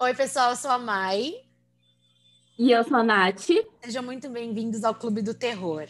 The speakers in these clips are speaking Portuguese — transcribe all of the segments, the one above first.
Oi, pessoal, eu sou a Mai. E eu sou a Nath. Sejam muito bem-vindos ao Clube do Terror.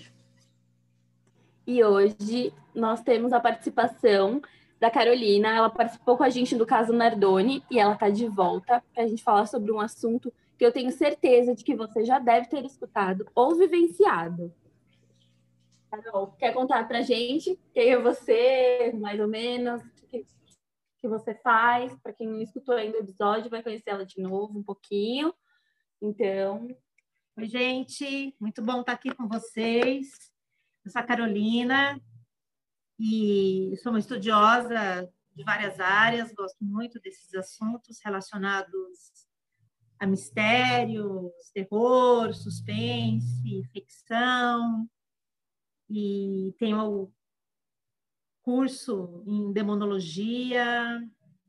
E hoje nós temos a participação da Carolina. Ela participou com a gente do caso Nardoni e ela está de volta para a gente falar sobre um assunto que eu tenho certeza de que você já deve ter escutado ou vivenciado. Carol, quer contar para a gente quem é você, mais ou menos, o que você faz? Para quem não escutou ainda o episódio, vai conhecer ela de novo um pouquinho. Então, oi, gente, muito bom estar aqui com vocês. Eu sou a Carolina e sou uma estudiosa de várias áreas, gosto muito desses assuntos relacionados a mistérios, terror, suspense, ficção, e tenho curso em demonologia,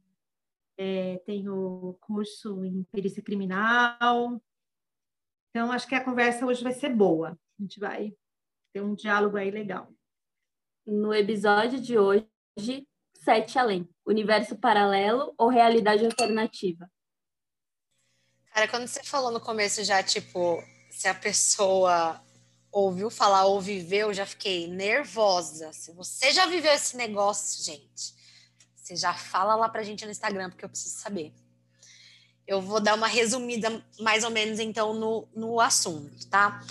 tenho curso em perícia criminal. Então, acho que a conversa hoje vai ser boa. A gente vai ter um diálogo aí legal. No episódio de hoje, Sete Além, universo paralelo ou realidade alternativa? Cara, quando você falou no começo já, tipo, se a pessoa ouviu falar ou viveu, eu já fiquei nervosa. Se você já viveu esse negócio, gente, você já fala lá pra gente no Instagram, porque eu preciso saber. Eu vou dar uma resumida, mais ou menos, então, no assunto, tá?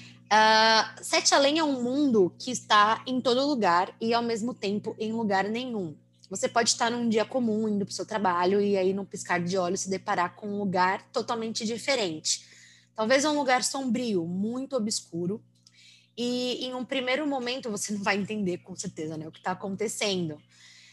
Sete Além é um mundo que está em todo lugar e, ao mesmo tempo, em lugar nenhum. Você pode estar num dia comum, indo para o seu trabalho, e aí, num piscar de olhos, se deparar com um lugar totalmente diferente. Talvez um lugar sombrio, muito obscuro, e em um primeiro momento você não vai entender, com certeza, né, o que está acontecendo.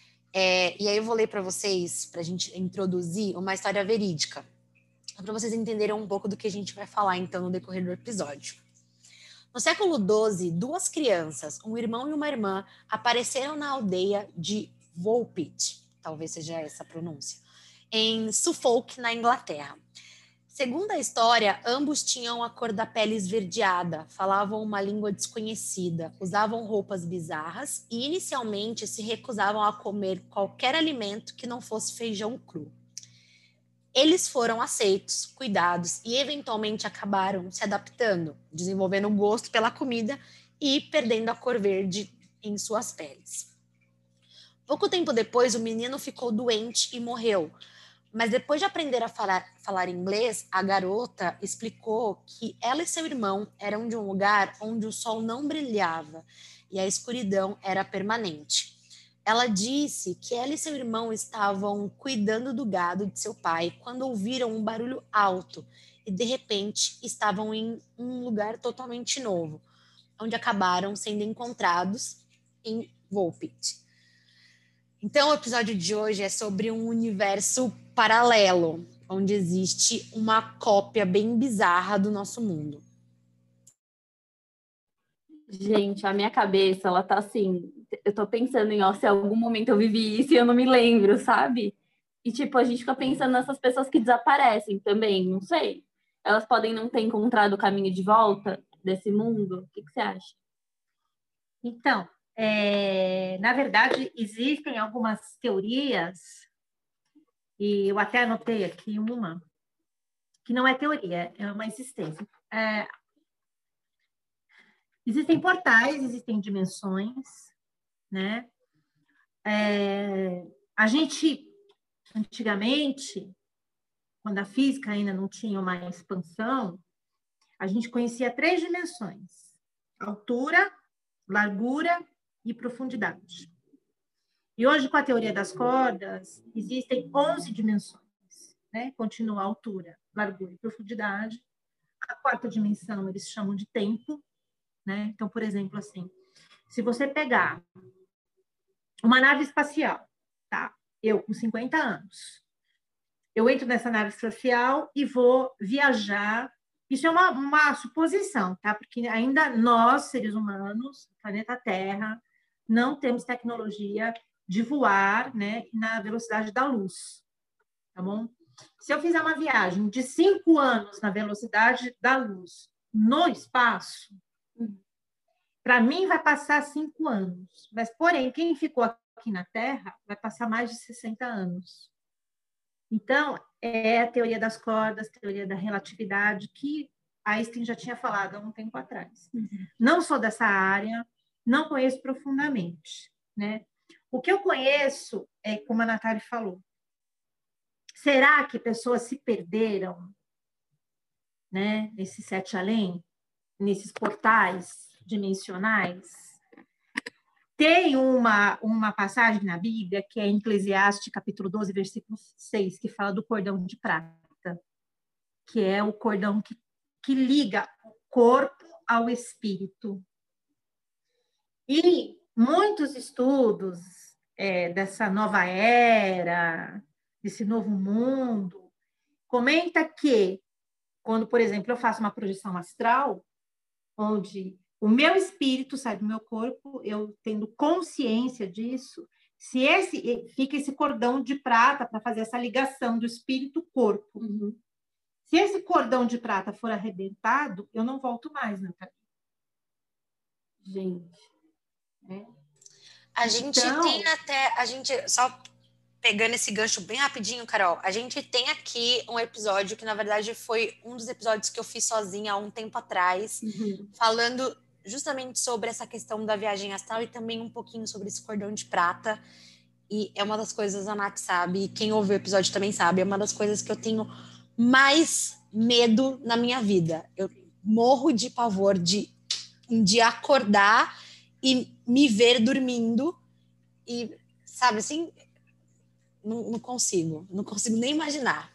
E aí eu vou ler para vocês, para a gente introduzir, uma história verídica, para vocês entenderem um pouco do que a gente vai falar, então, no decorrer do episódio. No século XII, duas crianças, um irmão e uma irmã, apareceram na aldeia de Woolpit, talvez seja essa a pronúncia, em Suffolk, na Inglaterra. Segundo a história, ambos tinham a cor da pele esverdeada, falavam uma língua desconhecida, usavam roupas bizarras e inicialmente se recusavam a comer qualquer alimento que não fosse feijão cru. Eles foram aceitos, cuidados e eventualmente acabaram se adaptando, desenvolvendo gosto pela comida e perdendo a cor verde em suas peles. Pouco tempo depois, o menino ficou doente e morreu. Mas depois de aprender a falar inglês, a garota explicou que ela e seu irmão eram de um lugar onde o sol não brilhava e a escuridão era permanente. Ela disse que ela e seu irmão estavam cuidando do gado de seu pai quando ouviram um barulho alto e, de repente, estavam em um lugar totalmente novo, onde acabaram sendo encontrados em Woolpit. Então, o episódio de hoje é sobre um universo paralelo, onde existe uma cópia bem bizarra do nosso mundo. Gente, a minha cabeça, ela tá assim, eu tô pensando em, ó, se em algum momento eu vivi isso e eu não me lembro, sabe? E, tipo, a gente fica pensando nessas pessoas que desaparecem também, não sei. Elas podem não ter encontrado o caminho de volta desse mundo. O que você acha? Então, na verdade, existem algumas teorias, e eu até anotei aqui uma, que não é teoria, é uma existência. Existem portais, existem dimensões, né? A gente, antigamente, quando a física ainda não tinha uma expansão, a gente conhecia 3 dimensões: altura, largura e profundidade. E hoje, com a teoria das cordas, existem 11 dimensões, né? Continua a altura, largura e profundidade. A quarta dimensão eles chamam de tempo, né? Então, por exemplo, assim, se você pegar uma nave espacial, tá? Eu com 50 anos, eu entro nessa nave espacial e vou viajar. Isso é uma suposição, tá? Porque ainda nós, seres humanos, planeta Terra, não temos tecnologia de voar, né, na velocidade da luz, tá bom? Se eu fizer uma viagem de 5 anos na velocidade da luz no espaço, para mim vai passar 5 anos. Mas, porém, quem ficou aqui na Terra vai passar mais de 60 anos. Então, é a teoria das cordas, teoria da relatividade, que Einstein já tinha falado há um tempo atrás. Não sou dessa área, não conheço profundamente, né? O que eu conheço é, como a Natália falou, será que pessoas se perderam, né, nesses sete além, nesses portais dimensionais? Tem uma passagem na Bíblia, que é em Eclesiastes, capítulo 12, versículo 6, que fala do cordão de prata, que é o cordão que liga o corpo ao espírito. E muitos estudos dessa nova era, desse novo mundo, comenta que, quando, por exemplo, eu faço uma projeção astral, onde o meu espírito sai do meu corpo, eu tendo consciência disso, fica esse cordão de prata para fazer essa ligação do espírito-corpo. Se esse cordão de prata for arrebentado, eu não volto mais, Natália. Gente. A gente tem até, só pegando esse gancho bem rapidinho, Carol, a gente tem aqui um episódio que, na verdade, foi um dos episódios que eu fiz sozinha há um tempo atrás, falando justamente sobre essa questão da viagem astral e também um pouquinho sobre esse cordão de prata. E é uma das coisas, a Nath sabe, e quem ouve o episódio também sabe, é uma das coisas que eu tenho mais medo na minha vida. Eu morro de pavor de um dia acordar e me ver dormindo e, sabe, assim, não consigo nem imaginar.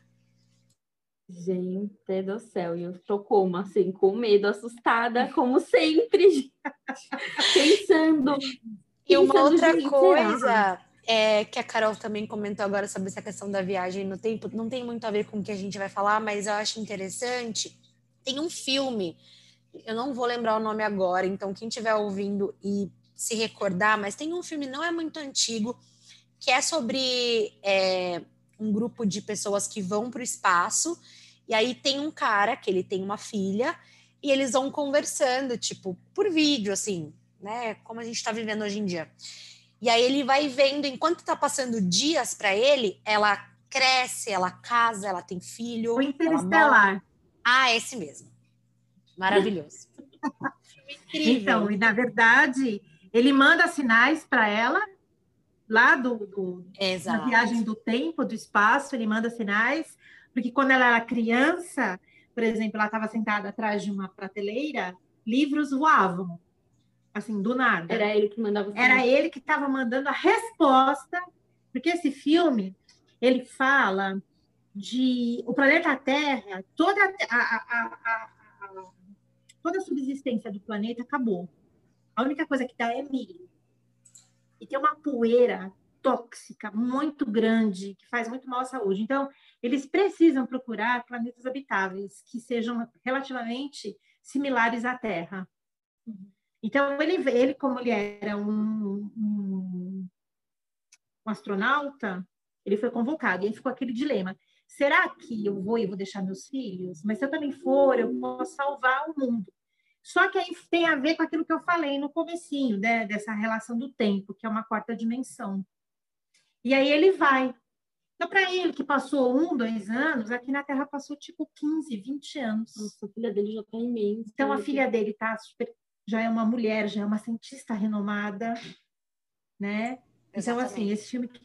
Gente do céu, e eu tô como, assim, com medo, assustada, como sempre, pensando. E uma outra coisa que a Carol também comentou agora sobre essa questão da viagem no tempo, não tem muito a ver com o que a gente vai falar, mas eu acho interessante. Tem um filme, eu não vou lembrar o nome agora, então quem estiver ouvindo e se recordar, mas tem um filme, não é muito antigo, que é sobre um grupo de pessoas que vão para o espaço, e aí tem um cara que ele tem uma filha, e eles vão conversando, tipo, por vídeo, assim, né, como a gente está vivendo hoje em dia. E aí ele vai vendo, enquanto está passando dias para ele, ela cresce, ela casa, ela tem filho. O Interestelar. Esse mesmo. Maravilhoso. Incrível. Então, e na verdade, ele manda sinais para ela, lá na viagem do tempo, do espaço, ele manda sinais, porque quando ela era criança, por exemplo, ela estava sentada atrás de uma prateleira, livros voavam, assim, do nada. Era ele que mandava o Era ele que estava mandando a resposta, porque esse filme, ele fala de o planeta Terra, toda a subsistência do planeta acabou. A única coisa que dá é milho. E tem uma poeira tóxica muito grande que faz muito mal à saúde. Então, eles precisam procurar planetas habitáveis que sejam relativamente similares à Terra. Então, ele como ele era um astronauta, ele foi convocado. E aí ficou aquele dilema. Será que eu vou deixar meus filhos? Mas se eu também for, eu posso salvar o mundo. Só que aí tem a ver com aquilo que eu falei no comecinho, né? Dessa relação do tempo, que é uma quarta dimensão. E aí ele vai. Então, para ele, que passou 1, 2 anos, aqui na Terra passou tipo 15, 20 anos. Nossa, a filha dele já está imensa. Então, a filha dele já é uma mulher, já é uma cientista renomada, né? Exatamente. Então, assim, esse filme que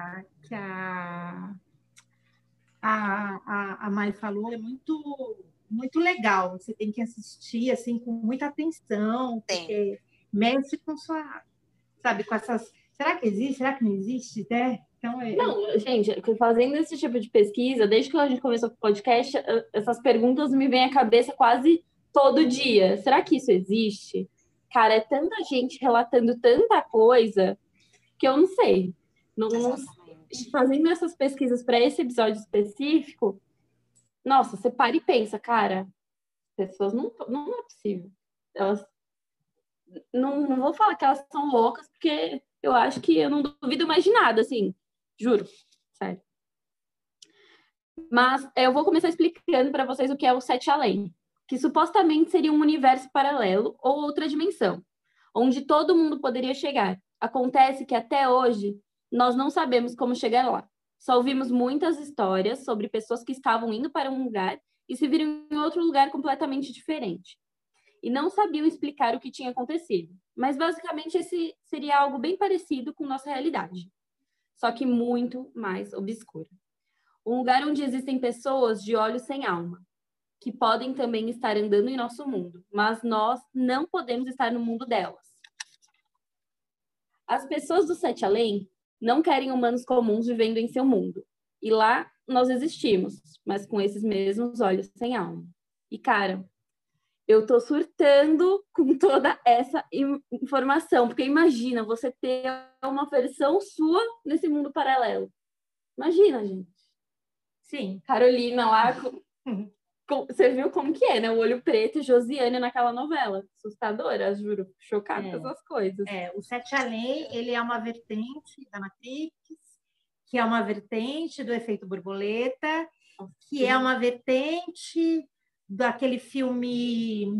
a Mai falou é muito legal. Você tem que assistir assim com muita atenção, porque mexe com sua, sabe, com essas. Será que existe? Será que não existe? Né? Então, Não, gente, fazendo esse tipo de pesquisa, desde que a gente começou com o podcast, essas perguntas me vêm à cabeça quase todo dia. Será que isso existe? Cara, é tanta gente relatando tanta coisa que eu não sei. Fazendo essas pesquisas para esse episódio específico, nossa, você para e pensa, cara, as pessoas não é possível. Elas não vou falar que elas são loucas, porque eu acho que eu não duvido mais de nada, assim, juro, sério. Mas eu vou começar explicando para vocês o que é o Sete Além, que supostamente seria um universo paralelo ou outra dimensão, onde todo mundo poderia chegar. Acontece que até hoje nós não sabemos como chegar lá. Só ouvimos muitas histórias sobre pessoas que estavam indo para um lugar e se viram em outro lugar completamente diferente. E não sabiam explicar o que tinha acontecido. Mas, basicamente, esse seria algo bem parecido com nossa realidade. Só que muito mais obscuro. Um lugar onde existem pessoas de olhos sem alma, que podem também estar andando em nosso mundo, mas nós não podemos estar no mundo delas. As pessoas do Sete Além não querem humanos comuns vivendo em seu mundo. E lá nós existimos, mas com esses mesmos olhos sem alma. E, cara, eu tô surtando com toda essa informação, porque imagina você ter uma versão sua nesse mundo paralelo. Imagina, gente. Sim. Carolina lá, você viu como que é, né? O olho preto e Josiane naquela novela. Assustadora, juro. Chocada com essas coisas. O Sete Além, ele é uma vertente da Matrix, que é uma vertente do efeito borboleta, que é uma vertente daquele filme...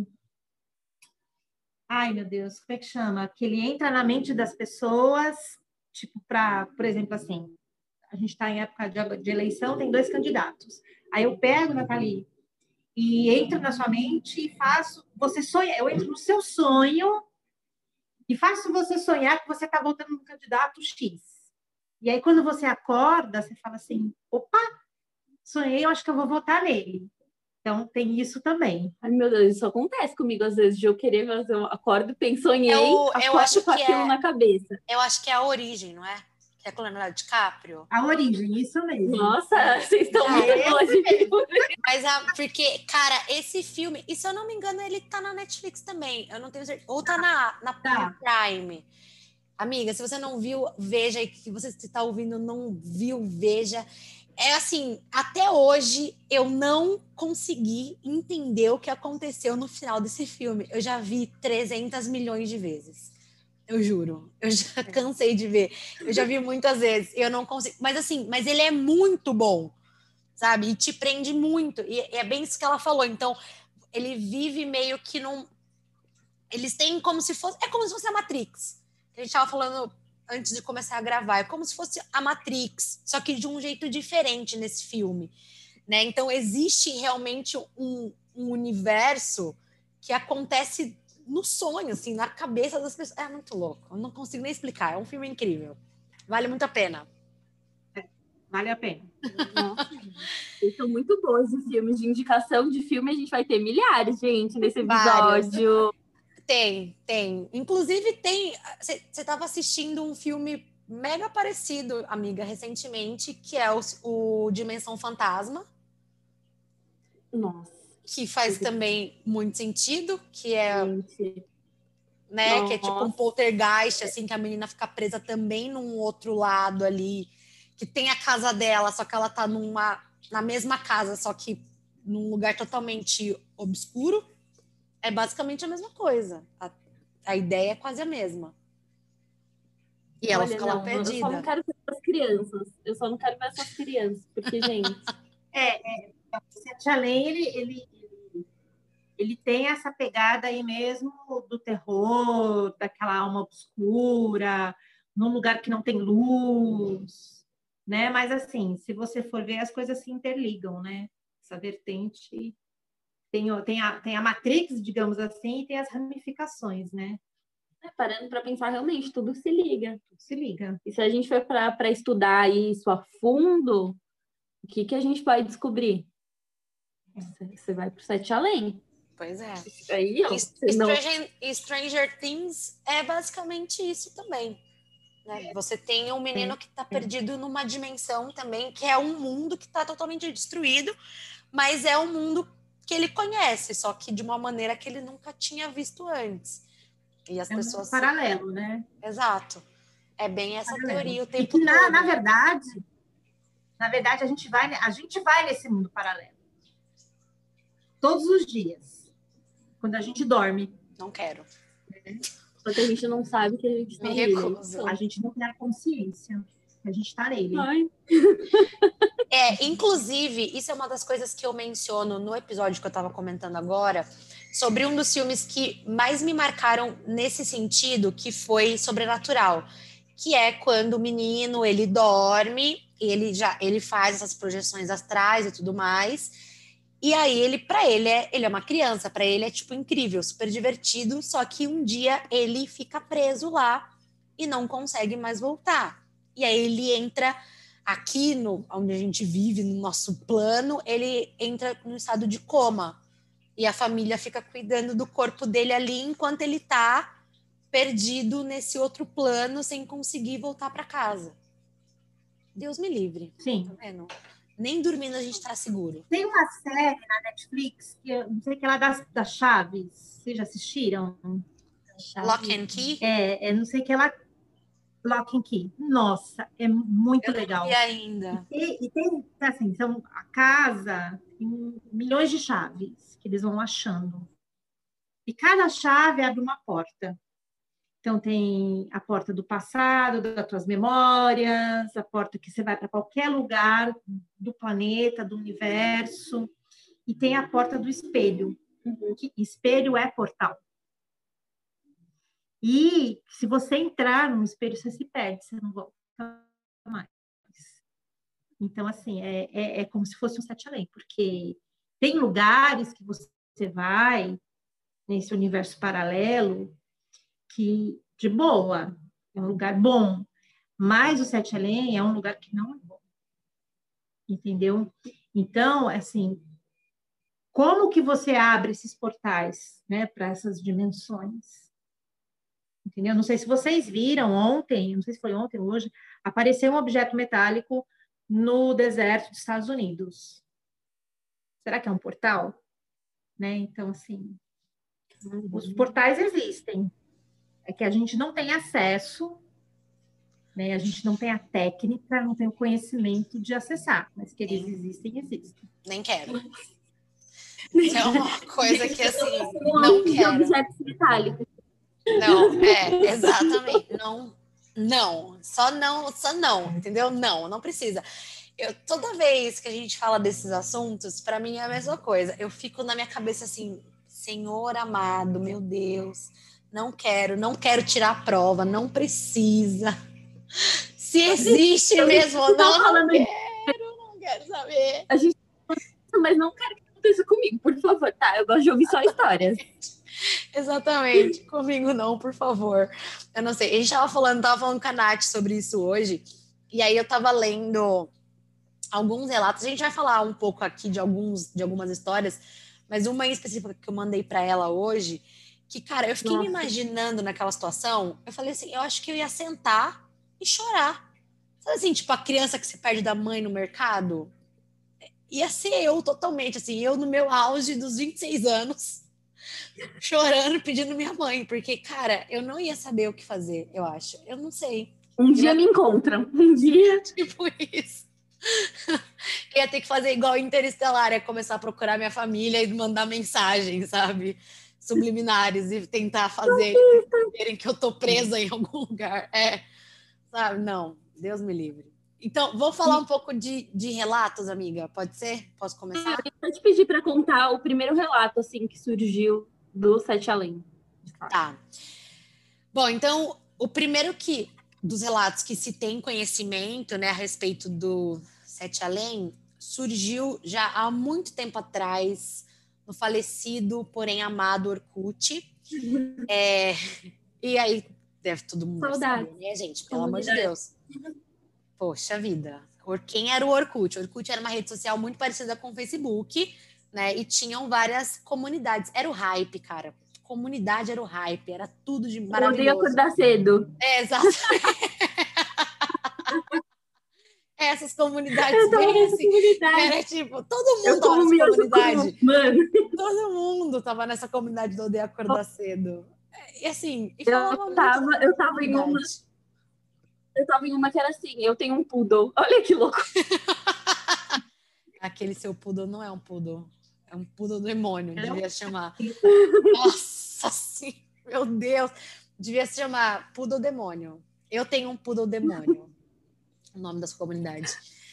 Ai, meu Deus, como é que chama? Que ele entra na mente das pessoas, tipo, por exemplo, assim, a gente está em época de eleição, tem 2 candidatos. Aí eu pego, Nathalie, e entro na sua mente e faço você sonhar. Eu entro no seu sonho e faço você sonhar que você está votando no candidato X. E aí, quando você acorda, você fala assim, opa, sonhei, eu acho que eu vou votar nele. Então, tem isso também. Ai, meu Deus, isso acontece comigo às vezes, de eu querer fazer um acordo, sonhei, eu acho com aquilo na cabeça. Eu acho que é a Origem, não é? Que é com o Leonardo DiCaprio. A Origem, isso mesmo. Nossa, vocês estão muito boas de filme. Mas, porque, cara, esse filme, e se eu não me engano, ele tá na Netflix também. Eu não tenho certeza. Ou tá na Prime. Amiga, se você não viu, veja. E se você está ouvindo, não viu, veja. É assim, até hoje eu não consegui entender o que aconteceu no final desse filme. Eu já vi 300 milhões de vezes. Eu juro. Eu já cansei de ver. Eu já vi muitas vezes. Eu não consigo. Mas assim, mas ele é muito bom, sabe? E te prende muito. E é bem isso que ela falou. Então, ele vive meio que num... Eles têm como se fosse... É como se fosse a Matrix. A gente estava falando antes de começar a gravar. É como se fosse a Matrix, só que de um jeito diferente nesse filme, né? Então, existe realmente um universo que acontece no sonho, assim, na cabeça das pessoas. É muito louco. Eu não consigo nem explicar. É um filme incrível. Vale muito a pena. Vale a pena. Nossa, eles são muito bons de filmes. De indicação de filme, a gente vai ter milhares, gente, nesse episódio. Vários. Tem. Inclusive, tem... Você estava assistindo um filme mega parecido, amiga, recentemente, que é o Dimensão Fantasma. Nossa. Que faz também muito sentido, que é... Né, que é tipo um poltergeist, assim, que a menina fica presa também num outro lado ali, que tem a casa dela, só que ela tá na mesma casa, só que num lugar totalmente obscuro. É basicamente a mesma coisa. A ideia é quase a mesma. E ela fica lá perdida. Eu só não quero ver essas crianças. Eu só não quero ver essas crianças, porque, gente... O Sete Além, ele tem essa pegada aí mesmo do terror, daquela alma obscura, num lugar que não tem luz, né? Mas, assim, se você for ver, as coisas se interligam, né? Essa vertente... Tem a Matrix, digamos assim, e tem as ramificações, né? Parando para pensar, realmente, tudo se liga. Tudo se liga. E se a gente for para estudar isso a fundo, o que a gente pode descobrir? Você vai para o Sete Além. Pois é. Aí, ó, Stranger Things é basicamente isso também. Né? Você tem um menino que está perdido numa dimensão também, que é um mundo que está totalmente destruído, mas é um mundo que ele conhece, só que de uma maneira que ele nunca tinha visto antes. E as pessoas... um paralelo, né? Exato. É bem essa teoria o tempo e que, todo. Na verdade, a gente vai nesse mundo paralelo. Todos os dias. Quando a gente dorme. Não quero. Porque a gente não sabe que a gente está nele. A gente não tem a consciência que a gente está nele. Ai. Inclusive, isso é uma das coisas que eu menciono no episódio que eu estava comentando agora, sobre um dos filmes que mais me marcaram nesse sentido, que foi Sobrenatural. que é quando o menino, ele dorme, ele faz essas projeções astrais e tudo mais, e aí ele é uma criança, para ele é tipo incrível, super divertido, só que um dia ele fica preso lá e não consegue mais voltar. E aí ele entra aqui onde a gente vive, no nosso plano, ele entra num estado de coma. E a família fica cuidando do corpo dele ali enquanto ele tá perdido nesse outro plano sem conseguir voltar para casa. Deus me livre. Sim. Tá vendo? Nem dormindo a gente tá seguro. Tem uma série na Netflix, que eu não sei que ela das chaves. Vocês já assistiram? Lock and Key? Não sei que ela... Lock and Key. Nossa, é muito legal. E ainda. E tem, assim, são a casa, tem milhões de chaves que eles vão achando. E cada chave abre uma porta. Então, tem a porta do passado, das tuas memórias, a porta que você vai para qualquer lugar do planeta, do universo. E tem a porta do espelho. Que espelho é portal. E se você entrar no espelho, você se perde, você não volta mais. Então, assim, é como se fosse um sete além, porque tem lugares que você vai nesse universo paralelo que, de boa, é um lugar bom, mas o sete além é um lugar que não é bom. Entendeu? Então, assim, como que você abre esses portais, né, para essas dimensões? Entendeu? Não sei se vocês viram ontem, não sei se foi ontem ou hoje, apareceu um objeto metálico no deserto dos Estados Unidos. Será que é um portal? Né? Então, assim, os portais existem. É que a gente não tem acesso, né? A gente não tem a técnica, não tem o conhecimento de acessar, mas que eles existem, existem. Nem quero. É uma coisa que, assim, não quero. Objetos metálicos. Não, exatamente. Só não, entendeu? Não precisa. Toda vez que a gente fala desses assuntos, para mim é a mesma coisa. Eu fico na minha cabeça assim, Senhor amado, meu Deus, não quero tirar a prova, não precisa. Se existe mesmo ou não quero saber. A gente, mas não quero que aconteça comigo, por favor, tá? Eu gosto de ouvir só histórias. Exatamente, comigo não, por favor. Eu não sei, a gente tava falando com a Nath sobre isso hoje, e aí eu tava lendo alguns relatos, a gente vai falar um pouco aqui de algumas histórias, mas uma em específica que eu mandei para ela hoje, que, cara, eu fiquei me imaginando naquela situação, eu falei assim, eu acho que eu ia sentar e chorar. Sabe assim, tipo a criança que se perde da mãe no mercado? Ia ser eu totalmente, assim, eu no meu auge dos 26 anos, chorando, pedindo minha mãe, porque, cara, eu não ia saber o que fazer, eu acho. Eu não sei. Um dia me encontram. Um dia. Tipo isso. Ia ter que fazer igual Interestelar, ia começar a procurar minha família e mandar mensagens, sabe? Subliminares e tentar fazer eles entenderem que eu tô presa em algum lugar. Sabe? Não, Deus me livre. Então, vou falar um pouco de relatos, amiga, pode ser? Posso começar? Eu te pedi para contar o primeiro relato, assim, que surgiu do Sete Além. Tá. Bom, então, o primeiro dos relatos que se tem conhecimento, né, a respeito do Sete Além, surgiu já há muito tempo atrás, no falecido, porém amado Orkut. E aí, deve todo mundo saber, né, gente? Pelo amor de Deus. Poxa vida. Quem era o Orkut? O Orkut era uma rede social muito parecida com o Facebook, né? E tinham várias comunidades. Era o hype, cara. Comunidade era o hype, era tudo de maravilhoso. Eu odeio acordar cedo. Exatamente. Essas comunidades bem assim. Era tipo, todo mundo tava nessa comunidade. Mano. Todo mundo tava nessa comunidade do odeio acordar cedo. E assim, eu tava em uma. Eu tava em uma que era assim, eu tenho um poodle. Olha que louco. Aquele seu poodle não é um poodle. É um poodle demônio, devia chamar. Nossa, sim, meu Deus. Devia se chamar poodle demônio. Eu tenho um poodle demônio. O nome da sua comunidade.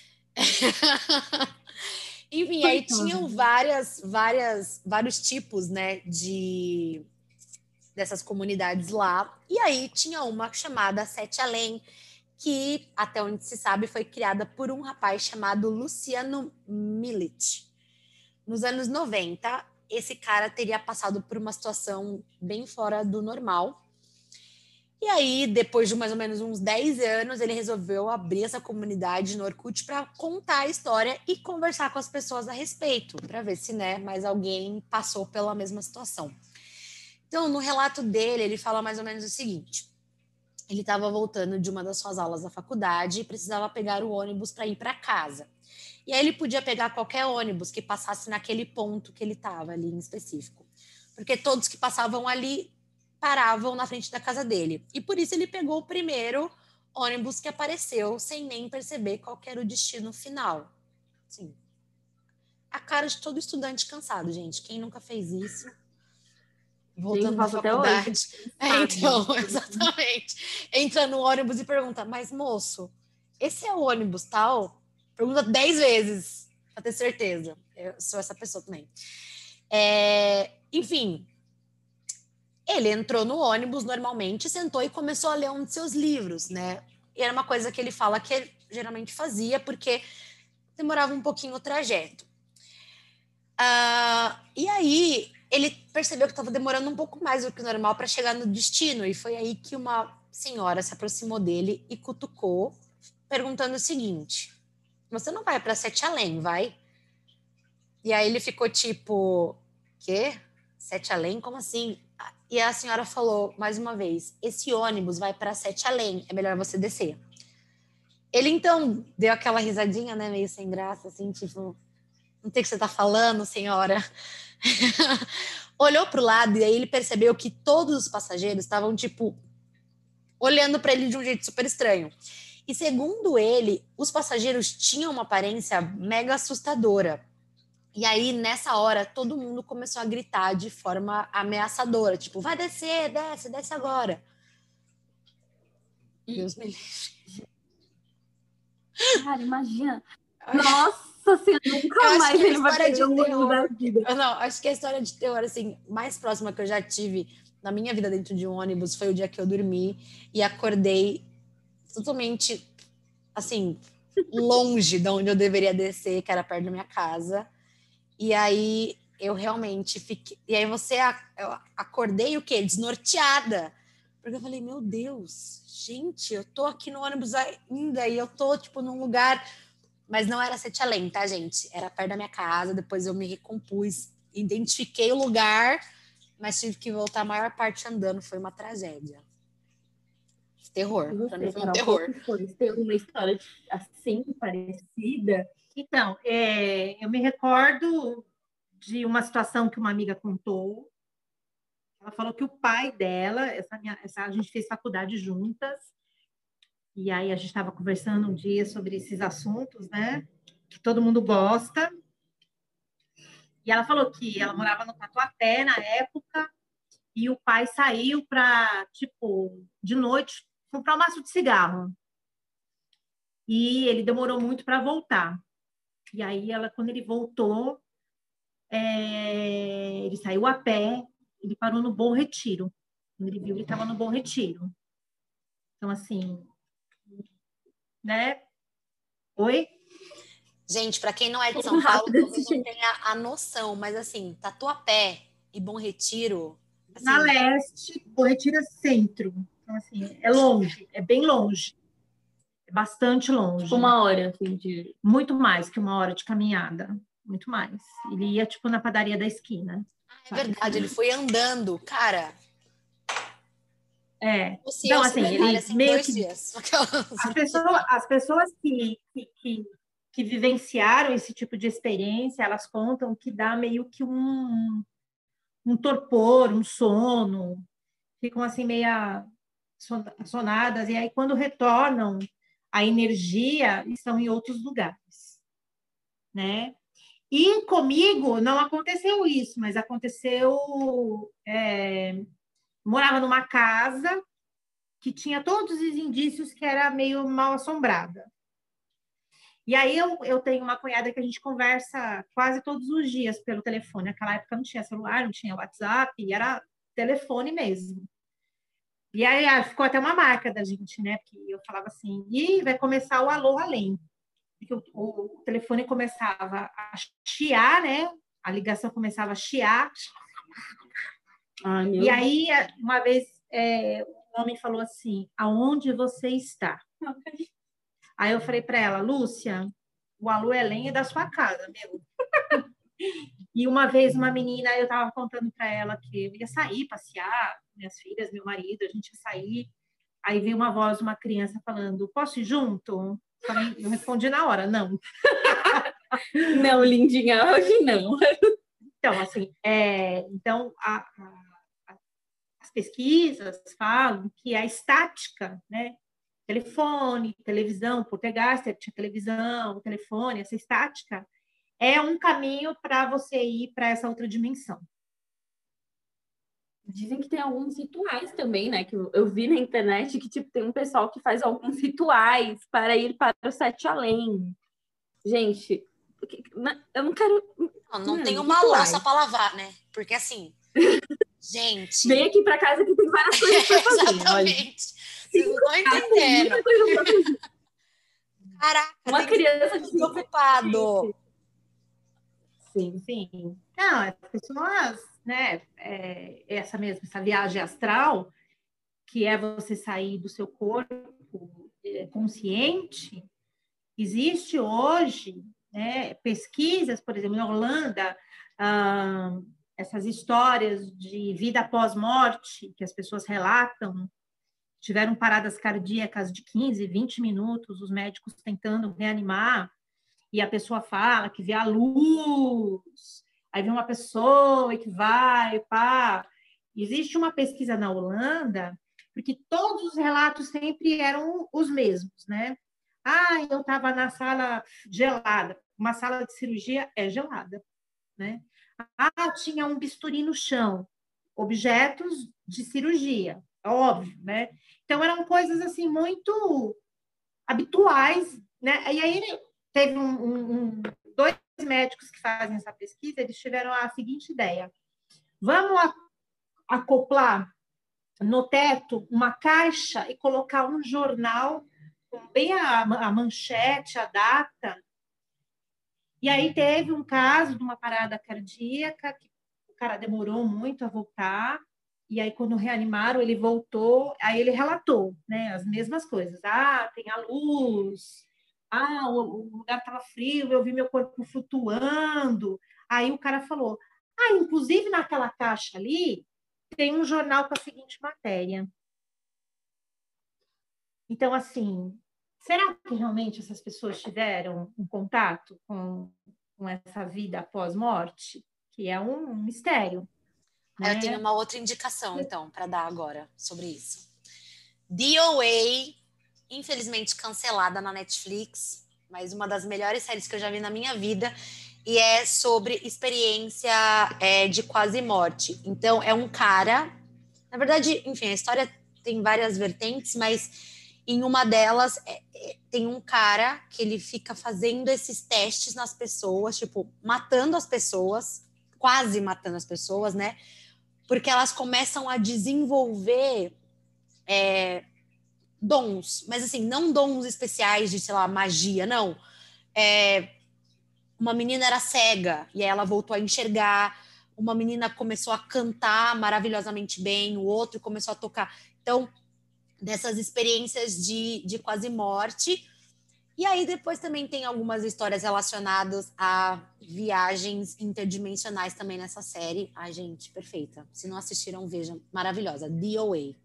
Enfim, aí tinham vários tipos, né, de dessas comunidades lá. E aí tinha uma chamada Sete Além, que, até onde se sabe, foi criada por um rapaz chamado Luciano Milic. Nos anos 90, esse cara teria passado por uma situação bem fora do normal. E aí, depois de mais ou menos uns 10 anos, ele resolveu abrir essa comunidade no Orkut para contar a história e conversar com as pessoas a respeito, para ver se, né, mais alguém passou pela mesma situação. Então, no relato dele, ele fala mais ou menos o seguinte: ele estava voltando de uma das suas aulas da faculdade e precisava pegar o ônibus para ir para casa. E aí ele podia pegar qualquer ônibus que passasse naquele ponto que ele estava ali em específico, porque todos que passavam ali paravam na frente da casa dele. E por isso ele pegou o primeiro ônibus que apareceu, sem nem perceber qual era o destino final. Sim. A cara de todo estudante cansado, gente. Quem nunca fez isso? Voltando da faculdade. Então, exatamente. Entra no ônibus e pergunta, mas moço, esse é o ônibus tal? Pergunta 10 vezes, para ter certeza. Eu sou essa pessoa também. Enfim, ele entrou no ônibus normalmente, sentou e começou a ler um de seus livros, né? E era uma coisa que ele fala que ele geralmente fazia, porque demorava um pouquinho o trajeto. E aí, ele percebeu que estava demorando um pouco mais do que o normal para chegar no destino, e foi aí que uma senhora se aproximou dele e cutucou, perguntando o seguinte: você não vai para Sete Além, vai? E aí ele ficou tipo, quê? Sete Além? Como assim? E a senhora falou, mais uma vez, esse ônibus vai para Sete Além, é melhor você descer. Ele, então, deu aquela risadinha, né, meio sem graça, assim, tipo, não sei o que você tá falando, senhora. Olhou pro lado e aí ele percebeu que todos os passageiros estavam, tipo, olhando para ele de um jeito super estranho. E segundo ele, os passageiros tinham uma aparência mega assustadora. E aí, nessa hora, todo mundo começou a gritar de forma ameaçadora, tipo, vai descer, desce, desce agora. Deus me livre. Cara, imagina. Nossa senhora, nunca mais ele vai pegar um ônibus da vida. Não, acho que a história de terror, assim, mais próxima que eu já tive na minha vida dentro de um ônibus foi o dia que eu dormi e acordei totalmente, assim, longe de onde eu deveria descer, que era perto da minha casa. E aí eu realmente fiquei. E aí eu acordei o quê? Desnorteada. Porque eu falei, meu Deus, gente, eu tô aqui no ônibus ainda e eu tô, tipo, num lugar. Mas não era Sete Além, tá, gente? Era perto da minha casa. Depois eu me recompus, identifiquei o lugar, mas tive que voltar a maior parte andando. Foi uma tragédia. Terror. Pra mim foi um terror. Você tem uma história assim, parecida? Então, eu me recordo de uma situação que uma amiga contou. Ela falou que o pai dela, a gente fez faculdade juntas, e aí a gente estava conversando um dia sobre esses assuntos, né? Que todo mundo gosta. E ela falou que ela morava no Tatuapé na época, e o pai saiu para, tipo, de noite, comprar um maço de cigarro. E ele demorou muito para voltar. E aí, quando ele voltou, ele saiu a pé, ele parou no Bom Retiro. Quando ele viu, ele estava no Bom Retiro. Então, assim, né? Oi? Gente, para quem não é de São Paulo, talvez não tenha a noção, mas assim, Tatuapé e Bom Retiro. Assim, na leste, Bom Retiro é centro. Então, assim, é longe, é bem longe. É bastante longe. Tipo 1 hora, assim, de... Muito mais que 1 hora de caminhada. Muito mais. Ele ia, tipo, na padaria da esquina. É verdade, ele foi andando, cara. Então, assim, ele meio que... As pessoas que vivenciaram esse tipo de experiência, elas contam que dá meio que um torpor, um sono, ficam assim meio sonadas, e aí quando retornam a energia, estão em outros lugares, né? E comigo não aconteceu isso, mas aconteceu... morava numa casa que tinha todos os indícios que era meio mal assombrada. E aí eu tenho uma cunhada que a gente conversa quase todos os dias pelo telefone. Naquela época não tinha celular, não tinha WhatsApp, era telefone mesmo. E aí ficou até uma marca da gente, né? Porque eu falava assim, e vai começar o alô além. Porque o telefone começava a chiar, né? A ligação começava a chiar. Ai, meu E aí, uma vez, o homem falou assim, aonde você está? Aí eu falei para ela, Lúcia, o alô além é da sua casa, meu. E uma vez uma menina, eu estava contando para ela que eu ia sair, passear, minhas filhas, meu marido, a gente ia sair. Aí veio uma voz de uma criança falando, posso ir junto? Eu respondi na hora, não. Não, lindinha, hoje não. Então, assim, então as pesquisas falam que a estática, né? Telefone, televisão, Poltergeist tinha televisão, telefone, essa estática é um caminho para você ir para essa outra dimensão. Dizem que tem alguns rituais também, né? Que eu vi na internet que tipo, tem um pessoal que faz alguns rituais para ir para o sete além. Gente, eu não quero. Não tem uma rituais. louça para lavar, né? Porque assim, gente. Vem aqui para casa que tem várias coisas para fazer. Exatamente. Vocês não estão entendendo. Caraca, uma criança desocupado. Sim, sim. Não, as pessoas, né? Essa viagem astral, que é você sair do seu corpo consciente, existe hoje, né, pesquisas, por exemplo, na Holanda, essas histórias de vida após morte, que as pessoas relatam, tiveram paradas cardíacas de 15, 20 minutos, os médicos tentando reanimar, e a pessoa fala que vê a luz, aí vem uma pessoa e que vai, pá. Existe uma pesquisa na Holanda, porque todos os relatos sempre eram os mesmos, né? Eu estava na sala gelada. Uma sala de cirurgia é gelada, né? Tinha um bisturi no chão. Objetos de cirurgia, óbvio, né? Então, eram coisas, assim, muito habituais, né? E aí, teve dois médicos que fazem essa pesquisa, eles tiveram a seguinte ideia. Vamos acoplar no teto uma caixa e colocar um jornal com bem a manchete, a data. E aí teve um caso de uma parada cardíaca, que o cara demorou muito a voltar, e aí quando reanimaram, ele voltou, aí ele relatou, né, as mesmas coisas. Tem a luz, o lugar estava frio, eu vi meu corpo flutuando. Aí o cara falou, inclusive naquela caixa ali, tem um jornal com a seguinte matéria. Então, assim, será que realmente essas pessoas tiveram um contato com essa vida após morte? Que é um mistério. Eu tenho uma outra indicação, então, para dar agora sobre isso. DOA, infelizmente cancelada na Netflix, mas uma das melhores séries que eu já vi na minha vida, e é sobre experiência de quase morte. Então, é um cara... Na verdade, enfim, a história tem várias vertentes, mas em uma delas tem um cara que ele fica fazendo esses testes nas pessoas, tipo, matando as pessoas, quase matando as pessoas, né? Porque elas começam a desenvolver dons, mas assim, não dons especiais de, sei lá, magia, não. Uma menina era cega e aí ela voltou a enxergar, uma menina começou a cantar maravilhosamente bem, o outro começou a tocar. Então, dessas experiências de quase morte. E aí depois também tem algumas histórias relacionadas a viagens interdimensionais também nessa série. Ai, gente, perfeita. Se não assistiram, vejam. Maravilhosa. DOA.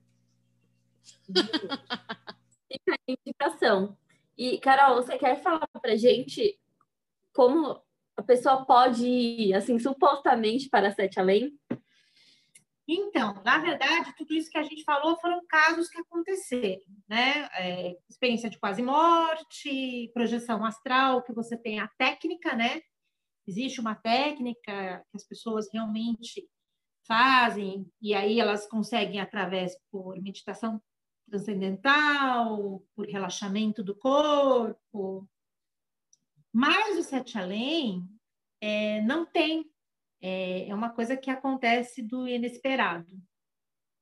Fica a indicação. E, Carol, você quer falar pra gente como a pessoa pode ir, assim, supostamente para Sete Além? Então, na verdade, tudo isso que a gente falou foram casos que aconteceram, né? Experiência de quase morte, projeção astral, que você tem a técnica, né? Existe uma técnica que as pessoas realmente fazem, e aí elas conseguem, através por meditação transcendental, por relaxamento do corpo. Mas o Sete Além não tem. É uma coisa que acontece do inesperado,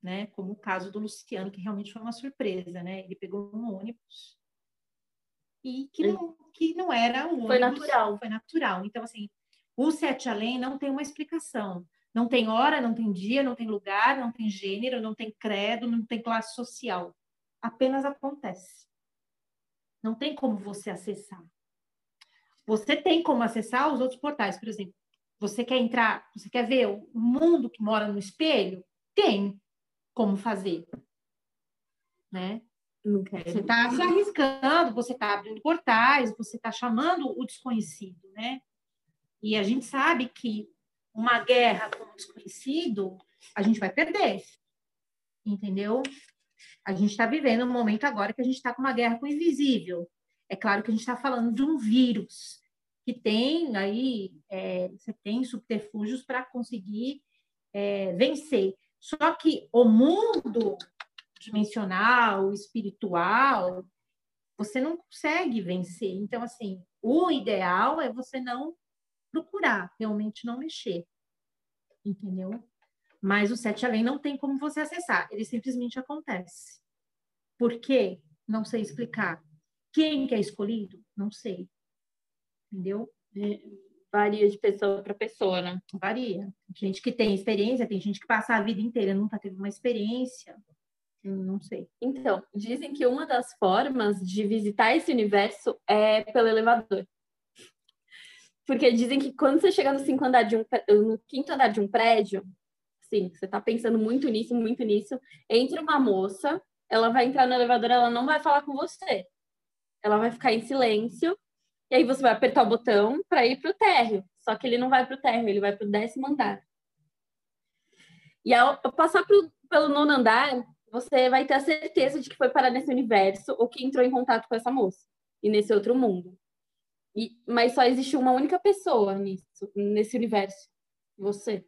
né? Como o caso do Luciano, que realmente foi uma surpresa, né? Ele pegou um ônibus e que não era um ônibus. Foi natural. Foi natural. Então, assim, o Sete Além não tem uma explicação. Não tem hora, não tem dia, não tem lugar, não tem gênero, não tem credo, não tem classe social. Apenas acontece. Não tem como você acessar. Você tem como acessar os outros portais. Por exemplo, você quer entrar, você quer ver o mundo que mora no espelho? Tem como fazer, né? Não quero. Você está se arriscando, você está abrindo portais, você está chamando o desconhecido, né? E a gente sabe que uma guerra com o desconhecido, a gente vai perder, entendeu? A gente está vivendo um momento agora que a gente está com uma guerra com o invisível. É claro que a gente está falando de um vírus que tem aí, você tem subterfúgios para conseguir vencer. Só que o mundo dimensional, espiritual, você não consegue vencer. Então, assim, o ideal é você não procurar, realmente não mexer, entendeu? Mas o Sete Além não tem como você acessar, ele simplesmente acontece. Por quê? Não sei explicar. Quem que é escolhido? Não sei. Entendeu? Varia de pessoa para pessoa, né? Varia. Tem gente que tem experiência, tem gente que passa a vida inteira nunca teve uma experiência. Não sei. Então, dizem que uma das formas de visitar esse universo é pelo elevador. Porque dizem que quando você chega no quinto andar de um prédio, sim, você tá pensando muito nisso, entra uma moça, ela vai entrar no elevador, ela não vai falar com você. Ela vai ficar em silêncio, e aí você vai apertar o botão para ir pro térreo. Só que ele não vai pro térreo, ele vai pro 10º andar. E ao passar pelo 9º andar, você vai ter a certeza de que foi parar nesse universo ou que entrou em contato com essa moça e nesse outro mundo. Mas só existe uma única pessoa nesse universo, você.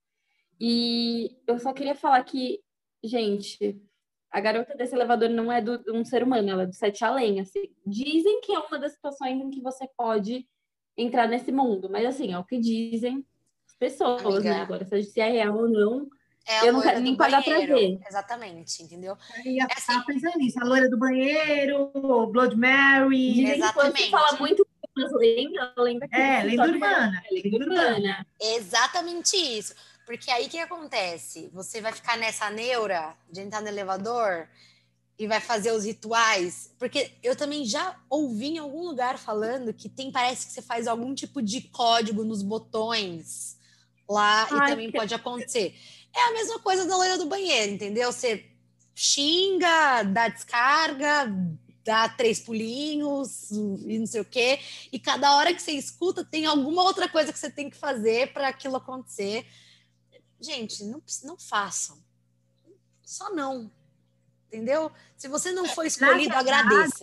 E eu só queria falar que, gente, a garota desse elevador não é de um ser humano, ela é do Sete Além. Assim. Dizem que é uma das situações em que você pode entrar nesse mundo, mas assim, é o que dizem as pessoas, Amiga, né? Agora, se é real ou não, é a eu não loira quero do nem pagar pra banheiro. ver. Exatamente, entendeu? Eu ia É assim, estar pensando nisso. A loira do banheiro, Blood Mary. Dizem que quando você fala muito umas lenda que lenda urbana. Lenda urbana. Exatamente isso. Porque aí o que acontece? Você vai ficar nessa neura de entrar no elevador e vai fazer os rituais. Porque eu também já ouvi em algum lugar falando que parece que você faz algum tipo de código nos botões lá e também pode acontecer. É a mesma coisa da loira do banheiro, entendeu? Você xinga, dá descarga, dá 3 pulinhos e não sei o quê. E cada hora que você escuta, tem alguma outra coisa que você tem que fazer para aquilo acontecer. Gente, não façam. Só não. Entendeu? Se você não for escolhido, agradeça.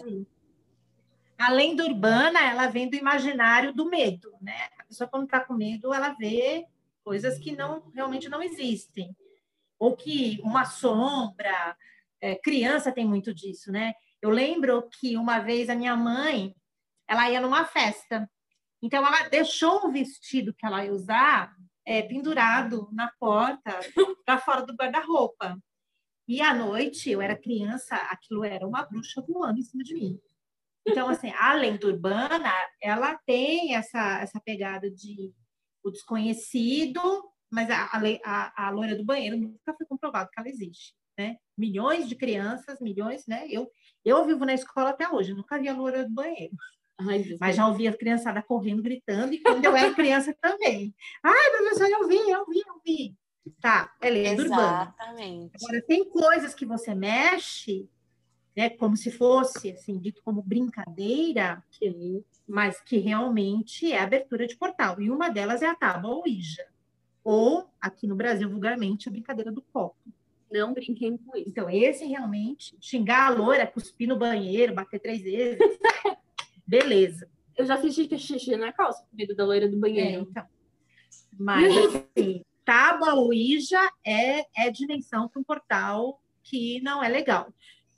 A lenda urbana, ela vem do imaginário do medo, né? A pessoa, quando está com medo, ela vê coisas que realmente não existem. Ou que uma sombra... criança tem muito disso, né? Eu lembro que uma vez a minha mãe, ela ia numa festa. Então, ela deixou um vestido que ela ia usar pendurado na porta, para fora do guarda-roupa. E à noite, eu era criança, aquilo era uma bruxa voando em cima de mim. Então, assim, a lenda urbana, ela tem essa pegada de o desconhecido, mas a loira do banheiro nunca foi comprovado que ela existe, né? Milhões de crianças, milhões, né? Eu vivo na escola até hoje, nunca vi a loira do banheiro. Ai, mas já ouvi a criançada correndo, gritando, e quando eu era criança também. Ai, professor, eu vi. Tá, é lenda urbana. Exatamente. Agora, tem coisas que você mexe, né, como se fosse, assim, dito como brincadeira, mas que realmente é abertura de portal. E uma delas é a tábua Ouija. Ou, aqui no Brasil, vulgarmente, a brincadeira do copo. Não brinquem com isso. Então, esse realmente, xingar a loira, cuspir no banheiro, bater 3 vezes, beleza. Eu já fiz xixi na calça com medo da loira do banheiro. Então. Mas, assim, tábua Ouija é dimensão para um portal que não é legal.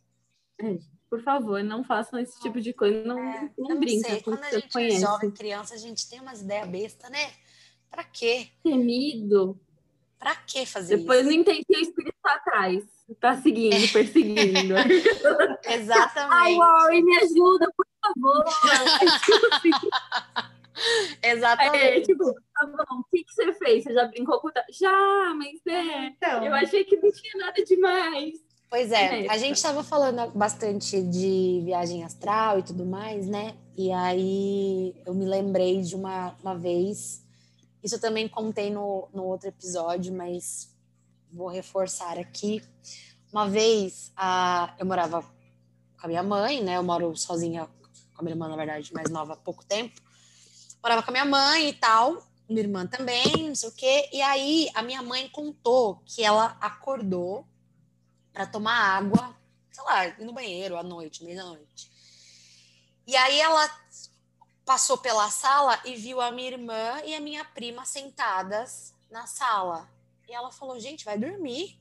Por favor, não façam esse tipo de coisa. Não brinca com o que você conhece. Quando a gente é jovem, criança, a gente tem umas ideias bestas, né? Pra quê? Temido. Pra que fazer Depois isso? não entendi, o espírito tá atrás. Tá seguindo, perseguindo. Ai, Exatamente. Warren, me ajuda, por favor. Exatamente. Tipo, tá bom, o que você fez? Você já brincou com o... Já, mas Então, eu achei que não tinha nada demais. Pois é, a gente estava falando bastante de viagem astral e tudo mais, né? E aí eu me lembrei de uma vez, isso eu também contei no outro episódio, mas vou reforçar aqui. Uma vez eu morava com a minha mãe, né? Eu moro sozinha com a minha irmã, na verdade, mais nova há pouco tempo. Morava com a minha mãe e tal, minha irmã também, não sei o quê. E aí a minha mãe contou que ela acordou para tomar água, sei lá, ir no banheiro à noite, meia-noite. E aí ela passou pela sala e viu a minha irmã e a minha prima sentadas na sala. E ela falou, gente, vai dormir.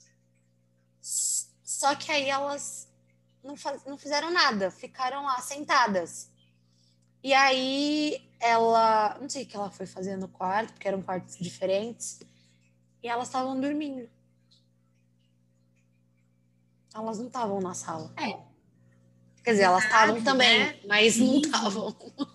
Só que aí elas não fizeram nada, ficaram lá sentadas. E aí ela, não sei o que ela foi fazer no quarto, porque eram quartos diferentes, e elas estavam dormindo. Elas não estavam na sala. Quer dizer, elas estavam também, né? mas não estavam.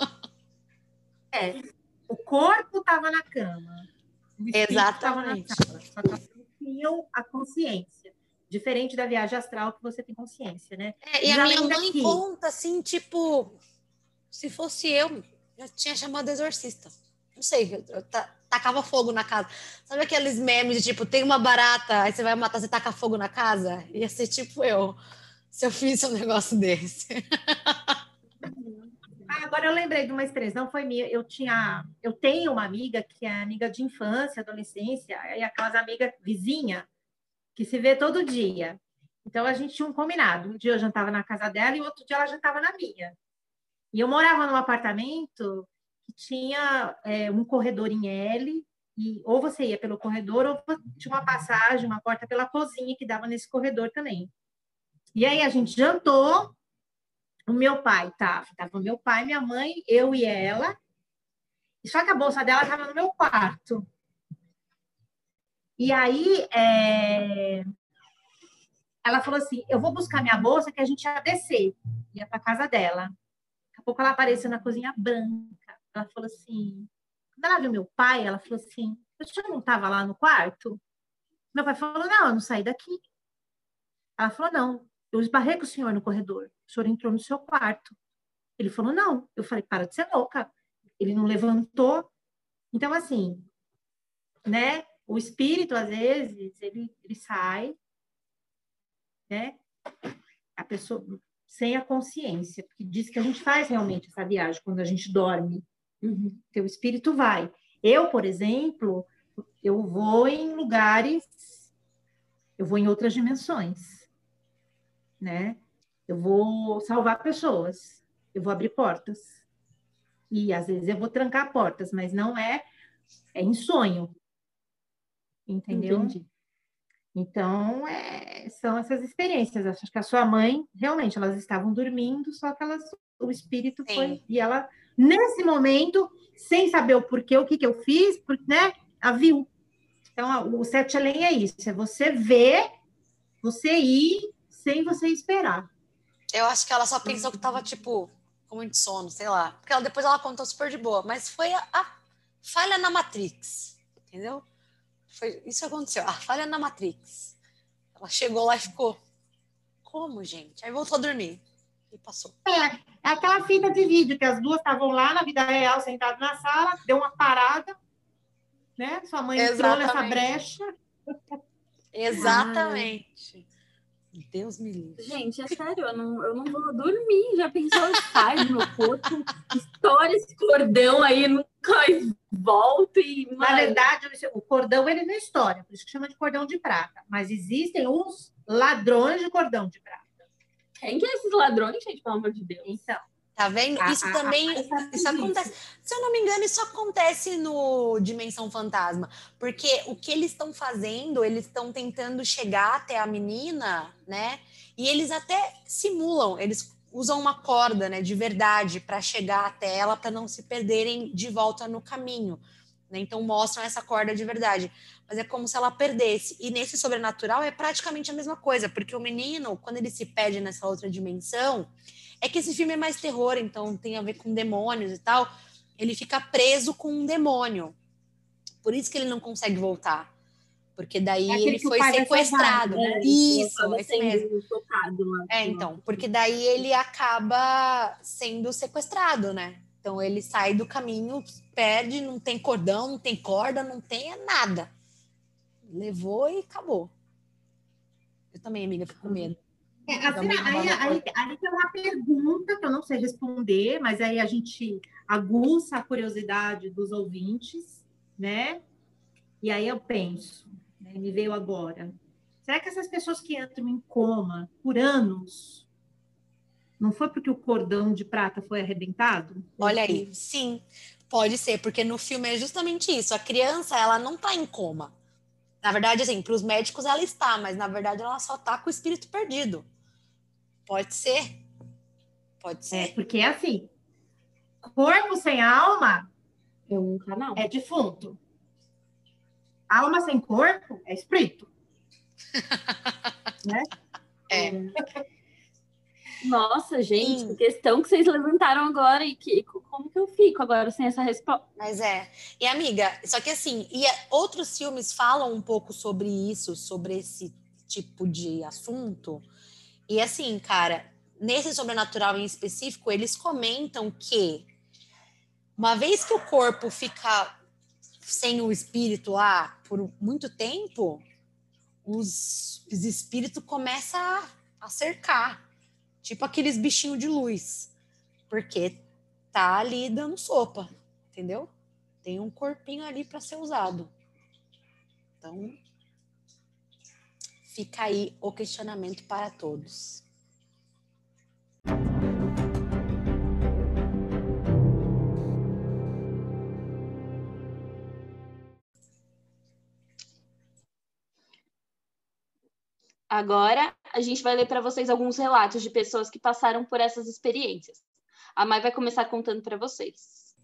O corpo estava na cama, o espírito estava na Exatamente. sala, só que elas não tinham a consciência. Diferente da viagem astral, que você tem consciência, né? E Diz a a minha lenda mãe que conta assim, tipo, se fosse eu tinha chamado exorcista. Não sei, eu tacava fogo na casa. Sabe aqueles memes de tipo, tem uma barata, aí você vai matar, você taca fogo na casa? Ia ser tipo eu, se eu fiz um negócio desse. agora eu lembrei de uma experiência, não foi minha. Eu tenho uma amiga que é amiga de infância, adolescência, e aquelas amigas vizinha que se vê todo dia. Então a gente tinha um combinado. Um dia eu jantava na casa dela e outro dia ela jantava na minha. E eu morava num apartamento que tinha um corredor em L, e ou você ia pelo corredor, ou tinha uma passagem, uma porta pela cozinha que dava nesse corredor também. E aí a gente jantou, o meu pai tava o meu pai, minha mãe, eu e ela, só que a bolsa dela estava no meu quarto. E aí ela falou assim: eu vou buscar minha bolsa que a gente ia descer, ia para casa dela. Daqui a pouco ela apareceu na cozinha branca. Ela falou assim: quando ela viu meu pai, ela falou assim: o senhor não estava lá no quarto? Meu pai falou: não, eu não saí daqui. Ela falou: não, eu esbarrei com o senhor no corredor. O senhor entrou no seu quarto. Ele falou: não. Eu falei: para de ser louca. Ele não levantou. Então, assim, né? O espírito, às vezes, ele sai, né? A pessoa sem a consciência, porque diz que a gente faz realmente essa viagem quando a gente dorme. Porque o espírito vai. Eu, por exemplo, eu vou em lugares, eu vou em outras dimensões, né? Eu vou salvar pessoas, eu vou abrir portas. E às vezes eu vou trancar portas, mas não é em sonho. Entendeu? Entendi. Então, são essas experiências. Acho que a sua mãe, realmente, elas estavam dormindo, só que o espírito Sim. foi. E ela, nesse momento, sem saber o porquê, o que eu fiz, né? A viu. Então, o sete além é isso: é você ver, você ir, sem você esperar. Eu acho que ela só pensou que tava, tipo, com muito sono, sei lá. Porque depois ela contou super de boa. Mas foi a falha na Matrix, entendeu? Foi isso que aconteceu, a falha na Matrix. Ela chegou lá e ficou, como, gente? Aí voltou a dormir e passou. É aquela fita de vídeo que as duas estavam lá na vida real, sentadas na sala, deu uma parada, né? Sua mãe entrou nessa brecha. Exatamente. Deus me livre. Gente, é sério, eu não vou dormir. Já pensou? Sai do meu corpo, estoura esse cordão aí, nunca volta e... Na verdade, o cordão ele não estoura, por isso que chama de cordão de prata. Mas existem os ladrões de cordão de prata. Quem que é esses ladrões, gente, pelo amor de Deus? Então, tá vendo? Isso também, isso acontece. Se eu não me engano, isso acontece no Dimensão Fantasma, porque o que eles estão fazendo, eles estão tentando chegar até a menina, né? E eles até simulam, eles usam uma corda, né, de verdade, para chegar até ela, para não se perderem de volta no caminho, né? Então mostram essa corda de verdade. Mas é como se ela perdesse. E nesse sobrenatural é praticamente a mesma coisa, porque o menino, quando ele se perde nessa outra dimensão, é que esse filme é mais terror, então tem a ver com demônios e tal. Ele fica preso com um demônio. Por isso que ele não consegue voltar. Porque daí É aquele ele que o foi pai vai salvar, sequestrado. né? Isso, Acaba esse mesmo. sendo tocado lá. Então, porque daí ele acaba sendo sequestrado, né? Então ele sai do caminho, perde, não tem cordão, não tem corda, não tem nada. Levou e acabou. Eu também, amiga, fico com medo. Assim, aí tem uma pergunta que eu não sei responder, mas aí a gente aguça a curiosidade dos ouvintes, né? E aí eu penso, né, me veio agora, será que essas pessoas que entram em coma por anos, não foi porque o cordão de prata foi arrebentado? Olha aí, sim, pode ser, porque no filme é justamente isso. A criança, ela não tá em coma. Na verdade, assim, para os médicos ela está, mas na verdade ela só tá com o espírito perdido. Pode ser. Pode É, ser. porque é assim, corpo sem alma É um canal. é defunto. Alma sem corpo é espírito. Né? Nossa, gente, Sim. que questão que vocês levantaram agora e como que eu fico agora sem essa resposta? Mas é. E amiga, só que assim, outros filmes falam um pouco sobre isso, sobre esse tipo de assunto. E assim, cara, nesse sobrenatural em específico, eles comentam que uma vez que o corpo fica sem o espírito lá por muito tempo, os espíritos começam a cercar, tipo aqueles bichinhos de luz, porque tá ali dando sopa, entendeu? Tem um corpinho ali para ser usado. Então, fica aí o questionamento para todos. Agora a gente vai ler para vocês alguns relatos de pessoas que passaram por essas experiências. A Mai vai começar contando para vocês.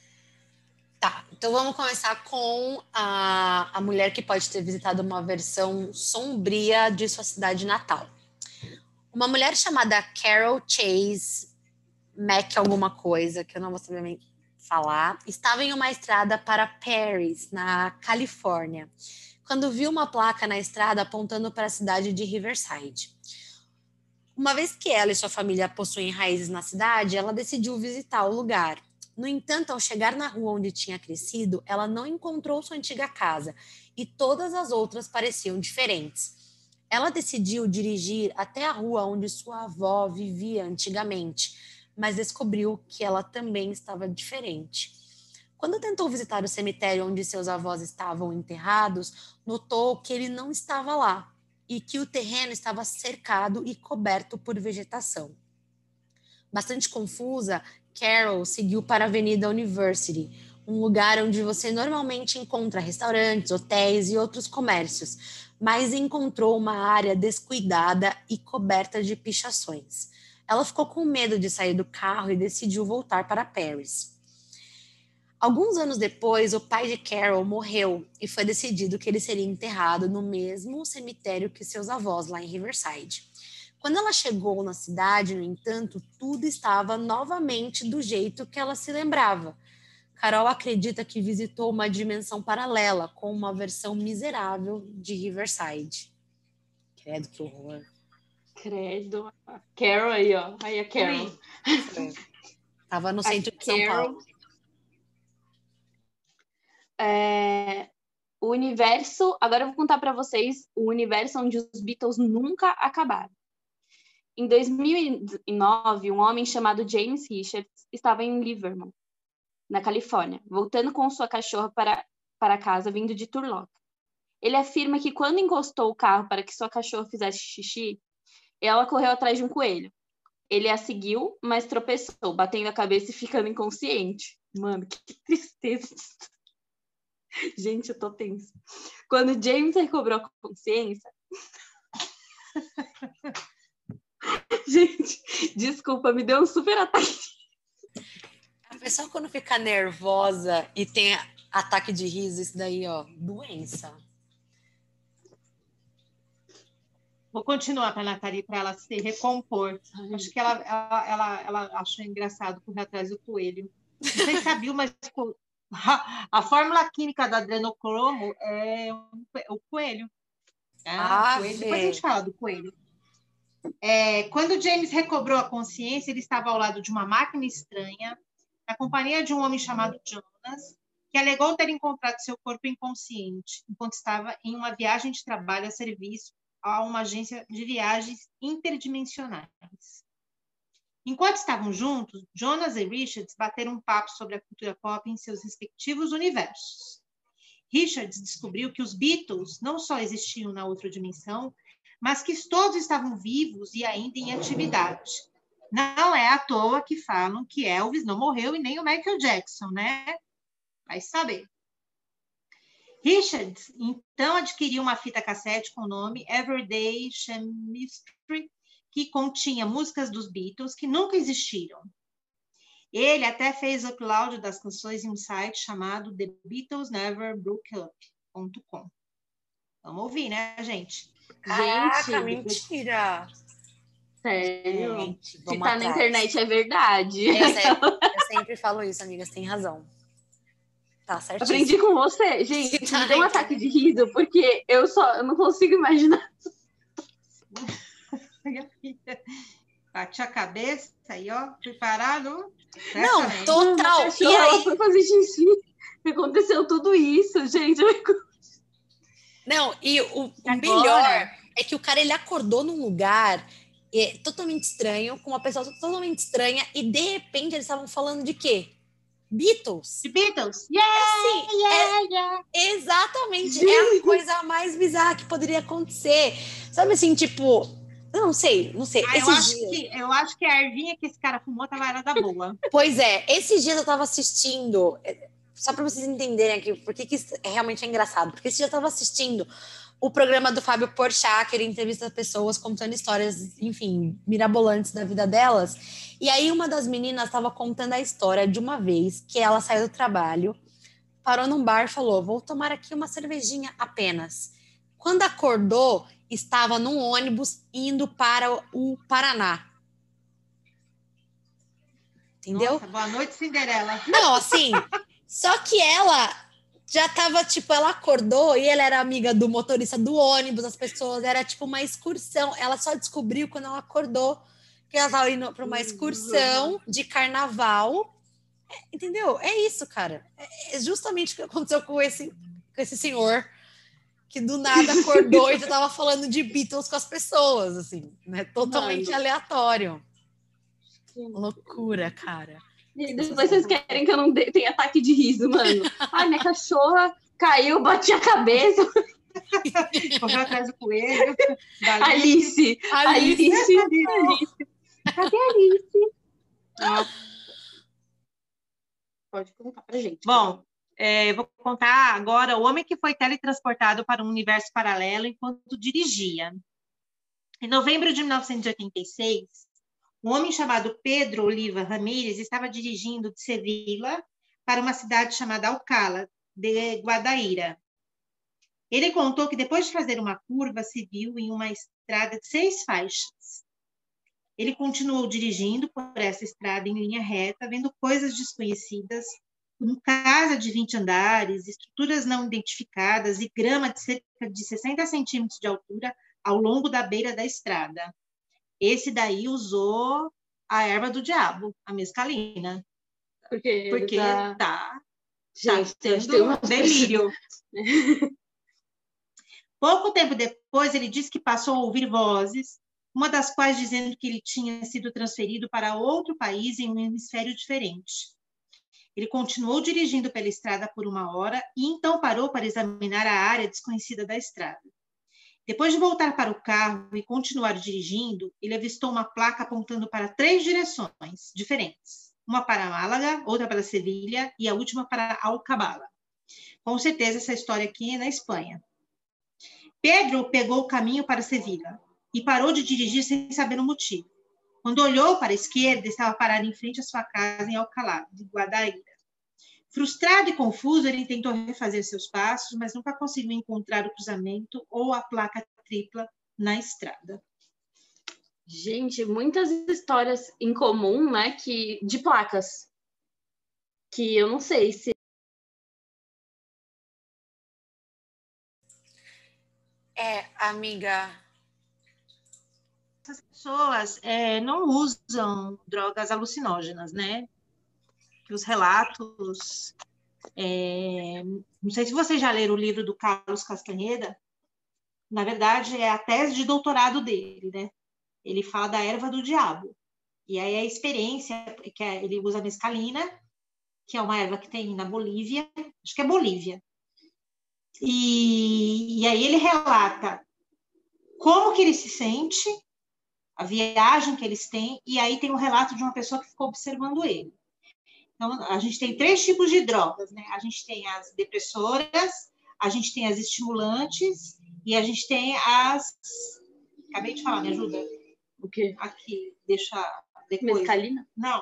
Tá, então vamos começar com a mulher que pode ter visitado uma versão sombria de sua cidade natal. Uma mulher chamada Carol Chase Mac alguma coisa, que eu não vou saber falar, estava em uma estrada para Paris, na Califórnia, quando viu uma placa na estrada apontando para a cidade de Riverside. Uma vez que ela e sua família possuem raízes na cidade, ela decidiu visitar o lugar. No entanto, ao chegar na rua onde tinha crescido, ela não encontrou sua antiga casa e todas as outras pareciam diferentes. Ela decidiu dirigir até a rua onde sua avó vivia antigamente, mas descobriu que ela também estava diferente. Quando tentou visitar o cemitério onde seus avós estavam enterrados, notou que ele não estava lá e que o terreno estava cercado e coberto por vegetação. Bastante confusa, Carol seguiu para a Avenida University, um lugar onde você normalmente encontra restaurantes, hotéis e outros comércios, mas encontrou uma área descuidada e coberta de pichações. Ela ficou com medo de sair do carro e decidiu voltar para Paris. Alguns anos depois, o pai de Carol morreu e foi decidido que ele seria enterrado no mesmo cemitério que seus avós, lá em Riverside. Quando ela chegou na cidade, no entanto, tudo estava novamente do jeito que ela se lembrava. Carol acredita que visitou uma dimensão paralela com uma versão miserável de Riverside. Credo, que horror. Credo. A Carol aí, ó. Aí a Carol. Tava no centro de São Paulo. O universo... Agora eu vou contar para vocês o universo onde os Beatles nunca acabaram. Em 2009, um homem chamado James Richards estava em Livermore, na Califórnia, voltando com sua cachorra para casa, vindo de Turlock. Ele afirma que quando encostou o carro para que sua cachorra fizesse xixi, ela correu atrás de um coelho. Ele a seguiu, mas tropeçou, batendo a cabeça e ficando inconsciente. Mano, que tristeza. Gente, eu tô tensa. Quando James recobrou a consciência... Gente, desculpa, me deu um super ataque. A pessoa quando fica nervosa e tem Ataque de riso, isso daí, ó, doença. Vou continuar para a Nathalie, para ela se recompor. Acho que ela achou engraçado correr atrás do coelho. Não sei se sabia, mas a fórmula química do adrenocromo é o coelho. Coelho. Depois a gente fala do coelho. Quando James recobrou a consciência, ele estava ao lado de uma máquina estranha, na companhia de um homem chamado Jonas, que alegou ter encontrado seu corpo inconsciente, enquanto estava em uma viagem de trabalho a serviço a uma agência de viagens interdimensionais. Enquanto estavam juntos, Jonas e Richards bateram um papo sobre a cultura pop em seus respectivos universos. Richards descobriu que os Beatles não só existiam na outra dimensão, mas que todos estavam vivos e ainda em atividade. Não é à toa que falam que Elvis não morreu e nem o Michael Jackson, né? Vai saber. Richards, então, adquiriu uma fita cassete com o nome Everyday Chemistry, que continha músicas dos Beatles que nunca existiram. Ele até fez upload das canções em um site chamado TheBeatlesNeverBrokeUp.com. Vamos ouvir, né, gente? Caraca, mentira! Sério? Gente, se vamos tá atrás. Na internet é verdade. Eu sempre falo isso, amigas, tem razão. Tá certíssimo. Aprendi com você. Gente, me deu um ataque de riso, porque eu não consigo imaginar. Bati a cabeça aí, ó, preparado. Não, total. E aí? Ela foi fazer xixi. Aconteceu tudo isso, gente. Não, e o melhor é que o cara, ele acordou num lugar totalmente estranho, com uma pessoa totalmente estranha, e de repente eles estavam falando de quê? Beatles. De Beatles. Yeah. Exatamente. É a coisa mais bizarra que poderia acontecer. Sabe assim, tipo... Eu não sei. Eu acho que a ervinha que esse cara fumou era da boa. Pois é. Esses dias eu tava assistindo... Só para vocês entenderem aqui por que isso realmente é engraçado. Porque esses dias eu tava assistindo o programa do Fábio Porchat, que ele entrevista pessoas contando histórias, enfim, mirabolantes da vida delas. E aí uma das meninas estava contando a história de uma vez que ela saiu do trabalho, parou num bar e falou, vou tomar aqui uma cervejinha apenas. Quando acordou, estava num ônibus indo para o Paraná. Entendeu? Nossa, boa noite, Cinderela. Não, assim, só que ela... já tava, tipo, ela acordou e ela era amiga do motorista do ônibus, as pessoas, era tipo uma excursão. Ela só descobriu quando ela acordou que ela tava indo para uma excursão de carnaval. Entendeu? É isso, cara. É justamente o que aconteceu com esse senhor que do nada acordou e já tava falando de Beatles com as pessoas, assim, né? Totalmente aleatório. Loucura, cara. E depois vocês querem que eu não tenha ataque de riso, mano. Ai, minha cachorra caiu, bati a cabeça. Correu atrás do coelho. Alice. Cadê a Alice? Pode contar pra gente. Bom, vou contar agora o homem que foi teletransportado para um universo paralelo enquanto dirigia. Em novembro de 1986, um homem chamado Pedro Oliva Ramírez estava dirigindo de Sevilla para uma cidade chamada Alcalá de Guadaíra. Ele contou que depois de fazer uma curva, se viu em uma estrada de 6 faixas. Ele continuou dirigindo por essa estrada em linha reta, vendo coisas desconhecidas, como casa de 20 andares, estruturas não identificadas e grama de cerca de 60 centímetros de altura ao longo da beira da estrada. Esse daí usou a erva do diabo, a mescalina. Porque tá tendo um delírio. Pouco tempo depois, ele disse que passou a ouvir vozes, uma das quais dizendo que ele tinha sido transferido para outro país em um hemisfério diferente. Ele continuou dirigindo pela estrada por 1 hora e então parou para examinar a área desconhecida da estrada. Depois de voltar para o carro e continuar dirigindo, ele avistou uma placa apontando para 3 direções diferentes. Uma para Málaga, outra para Sevilha e a última para Alcabala. Com certeza essa história aqui é na Espanha. Pedro pegou o caminho para Sevilha e parou de dirigir sem saber o motivo. Quando olhou para a esquerda, estava parado em frente à sua casa em Alcalá de Guadaíra. Frustrado e confuso, ele tentou refazer seus passos, mas nunca conseguiu encontrar o cruzamento ou a placa tripla na estrada. Gente, muitas histórias em comum, né, de placas, que eu não sei se... Amiga... Essas pessoas não usam drogas alucinógenas, né? Os relatos... não sei se vocês já leram o livro do Carlos Castaneda. Na verdade, é a tese de doutorado dele, né? Ele fala da erva do diabo. E aí a experiência, ele usa a mescalina, que é uma erva que tem na Bolívia, acho que é Bolívia. E aí ele relata como que ele se sente, a viagem que eles têm, e aí tem um relato de uma pessoa que ficou observando ele. Então, a gente tem 3 tipos de drogas, né? A gente tem as depressoras, a gente tem as estimulantes e a gente tem as... Acabei de falar, me ajuda? O quê? Aqui, deixa depois. Mescalina? Não,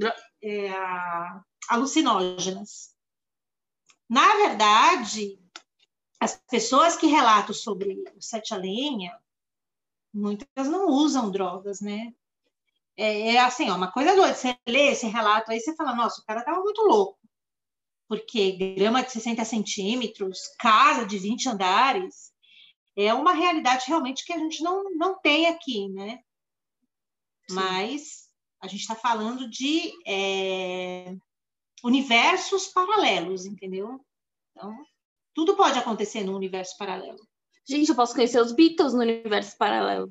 alucinógenas. Na verdade, as pessoas que relatam sobre o sete a lenha, muitas não usam drogas, né? Assim, uma coisa doida, você lê esse relato aí, você fala, nossa, o cara tava muito louco, porque grama de 60 centímetros, casa de 20 andares, é uma realidade realmente que a gente não tem aqui, né? Sim. Mas a gente está falando de universos paralelos, entendeu? Então, tudo pode acontecer no universo paralelo. Gente, eu posso conhecer os Beatles no universo paralelo.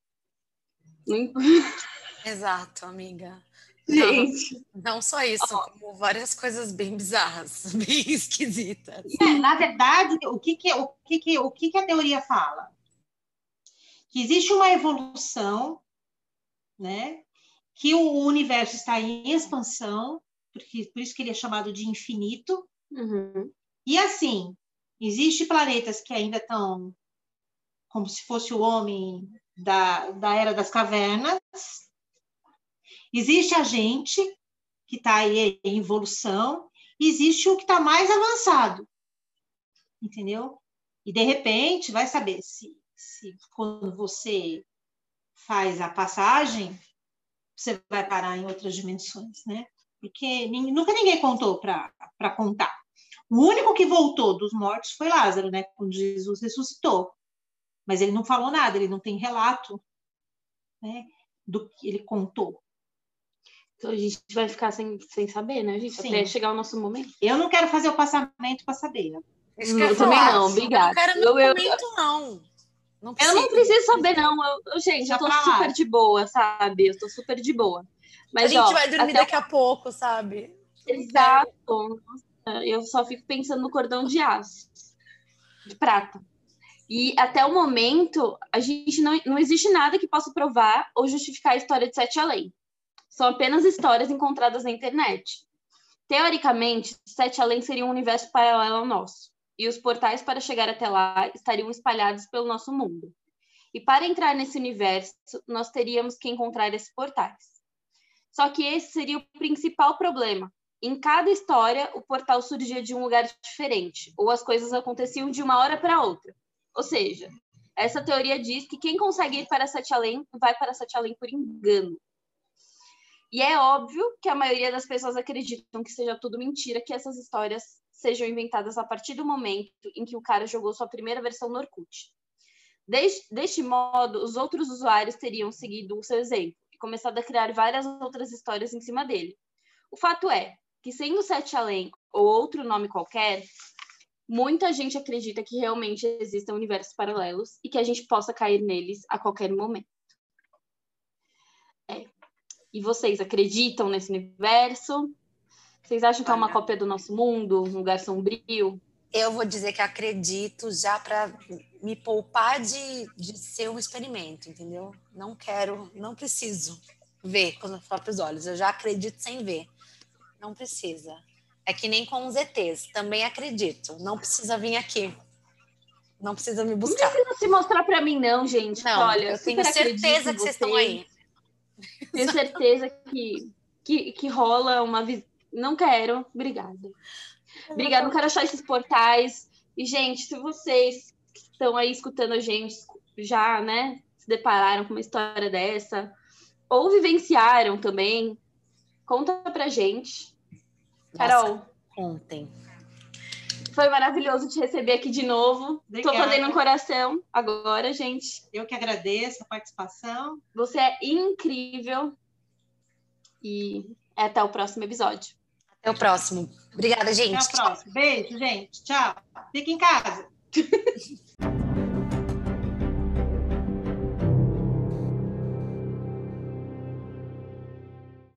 Exato, amiga. Gente. Não só isso, como várias coisas bem bizarras, bem esquisitas. Na verdade, o que a teoria fala? Que existe uma evolução, né? Que o universo está em expansão, por isso que ele é chamado de infinito. Uhum. E assim, existem planetas que ainda estão como se fosse o homem da Era das Cavernas. Existe a gente, que está aí em evolução, e existe o que está mais avançado, entendeu? E, de repente, vai saber se quando você faz a passagem, você vai parar em outras dimensões, né? Porque nunca ninguém contou para contar. O único que voltou dos mortos foi Lázaro, né? Quando Jesus ressuscitou. Mas ele não falou nada, ele não tem relato, né, do que ele contou. Então a gente vai ficar sem saber, né, gente? Sim. Até chegar o nosso momento. Eu não quero fazer o passamento para saber. Eu também não, obrigada. Eu não quero no momento, não. Eu não preciso saber, não. Gente, eu tô super de boa, sabe? Eu tô super de boa. Mas, a gente vai dormir daqui a pouco, sabe? Exato. Nossa, eu só fico pensando no cordão de aço, de prata. E até o momento, a gente não existe nada que possa provar ou justificar a história de Sete Além. São apenas histórias encontradas na internet. Teoricamente, Sete Além seria um universo paralelo ao nosso, e os portais para chegar até lá estariam espalhados pelo nosso mundo. E para entrar nesse universo, nós teríamos que encontrar esses portais. Só que esse seria o principal problema. Em cada história, o portal surgia de um lugar diferente, ou as coisas aconteciam de uma hora para outra. Ou seja, essa teoria diz que quem consegue ir para Sete Além vai para Sete Além por engano. E é óbvio que a maioria das pessoas acreditam que seja tudo mentira, que essas histórias sejam inventadas a partir do momento em que o cara jogou sua primeira versão no Orkut. Deste modo, os outros usuários teriam seguido o seu exemplo e começado a criar várias outras histórias em cima dele. O fato é que, sendo Sete Além ou outro nome qualquer, muita gente acredita que realmente existam universos paralelos e que a gente possa cair neles a qualquer momento. E vocês acreditam nesse universo? Vocês acham que é uma cópia do nosso mundo, um lugar sombrio? Eu vou dizer que acredito já para me poupar de ser um experimento, entendeu? Não quero, não preciso ver com os próprios olhos. Eu já acredito sem ver. Não precisa. É que nem com os ETs. Também acredito. Não precisa vir aqui. Não precisa me buscar. Não precisa se mostrar para mim, não, gente. Não, olha, eu tenho certeza que vocês estão aí. Tenho certeza que rola Não quero. Obrigada. Obrigada, não quero achar esses portais. E, gente, se vocês que estão aí escutando a gente já, né, se depararam com uma história dessa, ou vivenciaram também, conta pra gente. Carol. Nossa, contem. Foi maravilhoso te receber aqui de novo. Obrigada. Tô fazendo um coração agora, gente. Eu que agradeço a participação. Você é incrível. E até o próximo episódio. Até o próximo. Obrigada, gente. Até o próximo. Beijo, gente. Tchau. Fica em casa.